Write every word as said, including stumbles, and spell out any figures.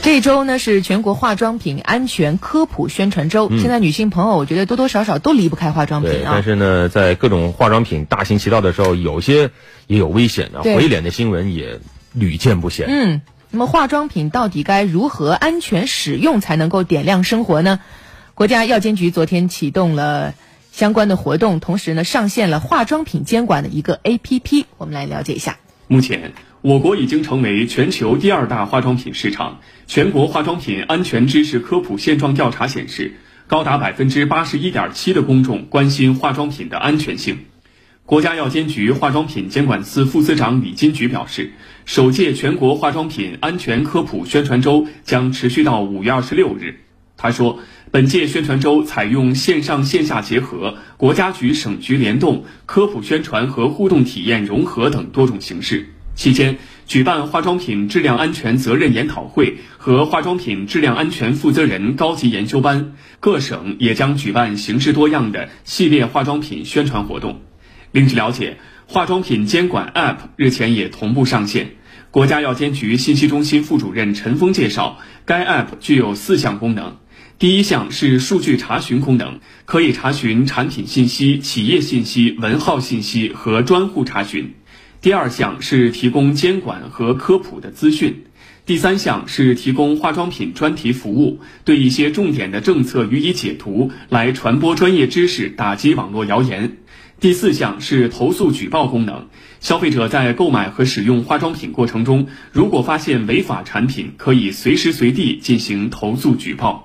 这一周呢是全国化妆品安全科普宣传周，嗯、现在女性朋友我觉得多多少少都离不开化妆品啊。 但是呢，在各种化妆品大行其道的时候，有些也有危险的，毁脸的新闻也屡见不鲜。 嗯，那么化妆品到底该如何安全使用才能够点亮生活呢？国家药监局昨天启动了相关的活动，同时呢上线了化妆品监管的一个 A P P， 我们来了解一下。 目前我国已经成为全球第二大化妆品市场。全国化妆品安全知识科普现状调查显示，高达百分之八十一点七的公众关心化妆品的安全性。国家药监局化妆品监管司副司长李金菊表示，首届全国化妆品安全科普宣传周将持续到五月二十六日。他说，本届宣传周采用线上线下结合、国家局省局联动、科普宣传和互动体验融合等多种形式。期间举办化妆品质量安全责任研讨会和化妆品质量安全负责人高级研修班，各省也将举办形式多样的系列化妆品宣传活动。另据了解，化妆品监管 App 日前也同步上线。国家药监局信息中心副主任陈峰介绍，该 App 具有四项功能。第一项是数据查询功能，可以查询产品信息、企业信息、文号信息和专户查询。第二项是提供监管和科普的资讯。第三项是提供化妆品专题服务，对一些重点的政策予以解读，来传播专业知识，打击网络谣言。第四项是投诉举报功能，消费者在购买和使用化妆品过程中，如果发现违法产品，可以随时随地进行投诉举报。